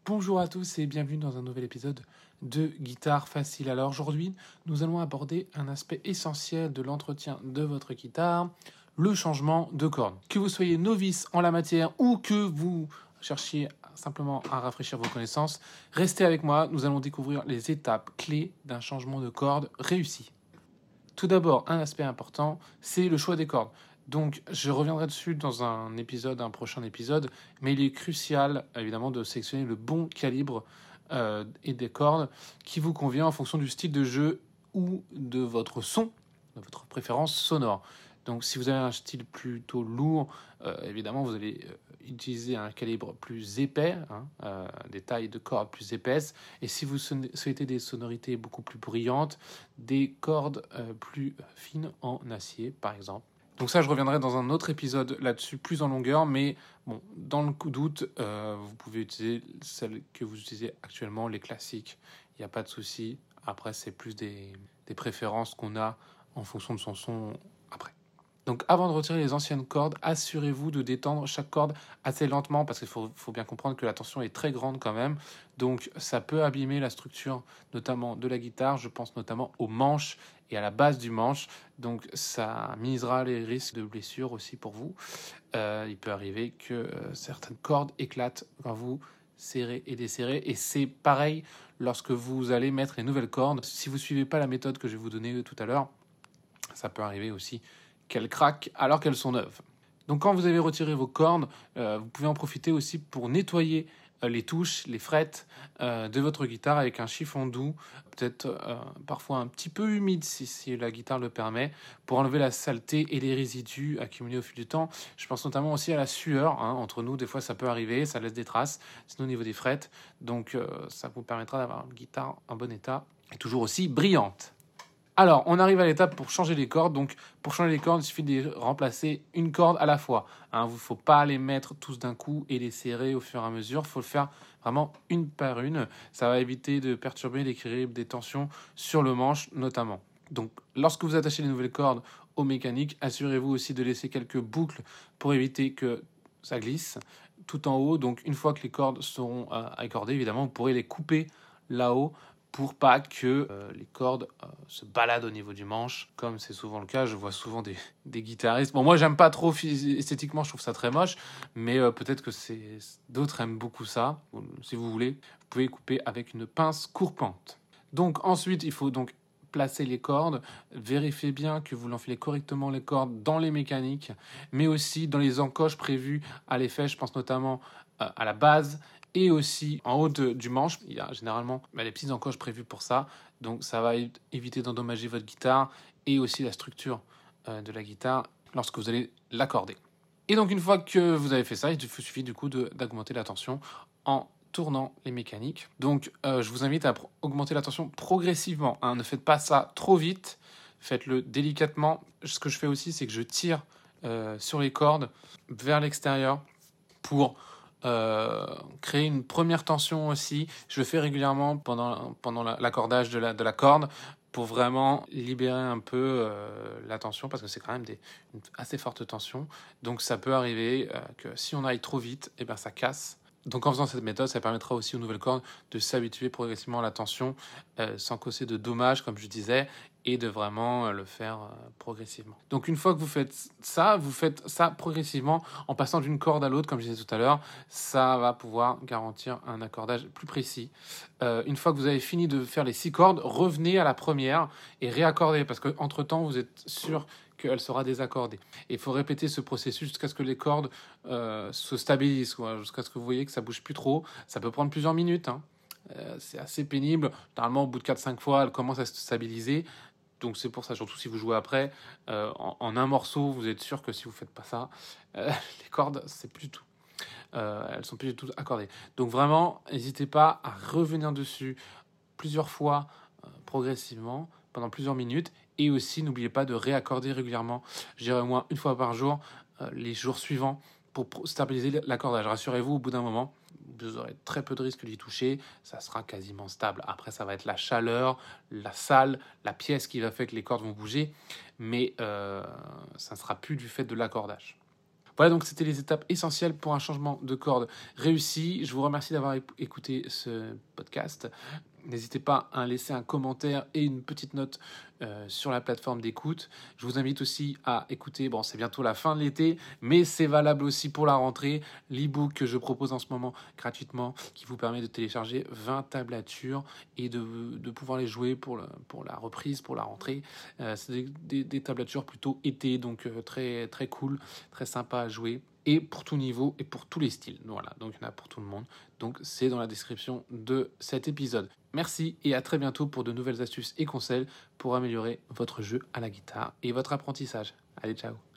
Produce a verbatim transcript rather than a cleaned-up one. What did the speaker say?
Bonjour à tous et bienvenue dans un nouvel épisode de Guitare Facile. Alors aujourd'hui, nous allons aborder un aspect essentiel de l'entretien de votre guitare, le changement de corde. Que vous soyez novice en la matière ou que vous cherchiez simplement à rafraîchir vos connaissances, restez avec moi, nous allons découvrir les étapes clés d'un changement de corde réussi. Tout d'abord, un aspect important, c'est le choix des cordes. Donc, je reviendrai dessus dans un épisode, un prochain épisode, mais il est crucial, évidemment, de sélectionner le bon calibre euh, et des cordes qui vous convient en fonction du style de jeu ou de votre son, de votre préférence sonore. Donc, si vous avez un style plutôt lourd, euh, évidemment, vous allez euh, utiliser un calibre plus épais, hein, euh, des tailles de cordes plus épaisses. Et si vous souhaitez des sonorités beaucoup plus brillantes, des cordes euh, plus fines en acier, par exemple. Donc ça, je reviendrai dans un autre épisode là-dessus, plus en longueur, mais bon, dans le coup doute, euh, vous pouvez utiliser celles que vous utilisez actuellement, les classiques. Il n'y a pas de souci. Après, c'est plus des, des préférences qu'on a en fonction de son son après. Donc avant de retirer les anciennes cordes, assurez-vous de détendre chaque corde assez lentement parce qu'il faut, faut bien comprendre que la tension est très grande quand même. Donc ça peut abîmer la structure notamment de la guitare. Je pense notamment aux manches et à la base du manche. Donc ça minimisera les risques de blessures aussi pour vous. Euh, il peut arriver que euh, certaines cordes éclatent quand vous serrez et desserrez. Et c'est pareil lorsque vous allez mettre les nouvelles cordes. Si vous ne suivez pas la méthode que je vais vous donner tout à l'heure, ça peut arriver aussi qu'elles craquent alors qu'elles sont neuves. Donc quand vous avez retiré vos cordes, euh, vous pouvez en profiter aussi pour nettoyer euh, les touches, les frettes euh, de votre guitare avec un chiffon doux, peut-être euh, parfois un petit peu humide si, si la guitare le permet, pour enlever la saleté et les résidus accumulés au fil du temps. Je pense notamment aussi à la sueur, hein, entre nous, des fois ça peut arriver, ça laisse des traces, sinon au niveau des frettes, donc euh, ça vous permettra d'avoir une guitare en bon état et toujours aussi brillante. Alors, on arrive à l'étape pour changer les cordes. Donc, pour changer les cordes, il suffit de remplacer une corde à la fois. Hein, il ne faut pas les mettre tous d'un coup et les serrer au fur et à mesure. Il faut le faire vraiment une par une. Ça va éviter de perturber l'équilibre des tensions sur le manche, notamment. Donc, lorsque vous attachez les nouvelles cordes aux mécaniques, assurez-vous aussi de laisser quelques boucles pour éviter que ça glisse tout en haut. Donc, une fois que les cordes seront euh, accordées, évidemment, vous pourrez les couper là-haut pour pas que euh, les cordes euh, se baladent au niveau du manche, comme c'est souvent le cas. Je vois souvent des, des guitaristes. Bon, moi, j'aime pas trop esthétiquement, je trouve ça très moche, mais euh, peut-être que c'est d'autres aiment beaucoup ça. Si vous voulez, vous pouvez couper avec une pince courpante. Donc ensuite, il faut donc placer les cordes, vérifiez bien que vous enfilez correctement les cordes dans les mécaniques, mais aussi dans les encoches prévues à l'effet. Je pense notamment euh, à la base et aussi en haut de, du manche. Il y a généralement bah, les petites encoches prévues pour ça, donc ça va éviter d'endommager votre guitare et aussi la structure euh, de la guitare lorsque vous allez l'accorder. Et donc une fois que vous avez fait ça, il suffit du coup de, d'augmenter la tension en tournant les mécaniques. Donc euh, je vous invite à pro- augmenter la tension progressivement, hein. Ne faites pas ça trop vite, faites-le délicatement. Ce que je fais aussi, c'est que je tire euh, sur les cordes vers l'extérieur pour euh, créer une première tension aussi. Je le fais régulièrement pendant, pendant la, l'accordage de la, de la corde pour vraiment libérer un peu euh, la tension, parce que c'est quand même des, une assez forte tension. Donc ça peut arriver euh, que si on aille trop vite, eh ben, ça casse. Donc en faisant cette méthode, ça permettra aussi aux nouvelles cordes de s'habituer progressivement à la tension euh, sans causer de dommages, comme je disais, et de vraiment euh, le faire euh, progressivement. Donc une fois que vous faites ça, vous faites ça progressivement en passant d'une corde à l'autre, comme je disais tout à l'heure. Ça va pouvoir garantir un accordage plus précis. Euh, une fois que vous avez fini de faire les six cordes, revenez à la première et réaccordez, parce qu'entre-temps, vous êtes sûr qu'elle sera désaccordée. Et il faut répéter ce processus jusqu'à ce que les cordes euh, se stabilisent, quoi, jusqu'à ce que vous voyez que ça bouge plus trop. Ça peut prendre plusieurs minutes, hein. Euh, c'est assez pénible. Normalement, au bout de quatre cinq fois, elle commence à se stabiliser. Donc c'est pour ça, surtout si vous jouez après, euh, en, en un morceau, vous êtes sûr que si vous faites pas ça, euh, les cordes, c'est plus du tout. Euh, elles sont plus du tout accordées. Donc vraiment, n'hésitez pas à revenir dessus plusieurs fois, euh, progressivement, pendant plusieurs minutes. Et aussi, n'oubliez pas de réaccorder régulièrement, je dirais au moins une fois par jour, euh, les jours suivants, pour stabiliser l'accordage. Rassurez-vous, au bout d'un moment, vous aurez très peu de risques d'y toucher, ça sera quasiment stable. Après, ça va être la chaleur, la salle, la pièce qui va faire que les cordes vont bouger, mais euh, ça ne sera plus du fait de l'accordage. Voilà, donc c'était les étapes essentielles pour un changement de corde réussi. Je vous remercie d'avoir écouté ce podcast. N'hésitez pas à laisser un commentaire et une petite note euh, sur la plateforme d'écoute. Je vous invite aussi à écouter, bon c'est bientôt la fin de l'été, mais c'est valable aussi pour la rentrée, l'e-book que je propose en ce moment gratuitement, qui vous permet de télécharger vingt tablatures et de, de pouvoir les jouer pour, le, pour la reprise, pour la rentrée. Euh, c'est des, des, des tablatures plutôt été, donc euh, très, très cool, très sympa à jouer. Et pour tout niveau et pour tous les styles. Voilà, donc il y en a pour tout le monde. Donc c'est dans la description de cet épisode. Merci et à très bientôt pour de nouvelles astuces et conseils pour améliorer votre jeu à la guitare et votre apprentissage. Allez, ciao!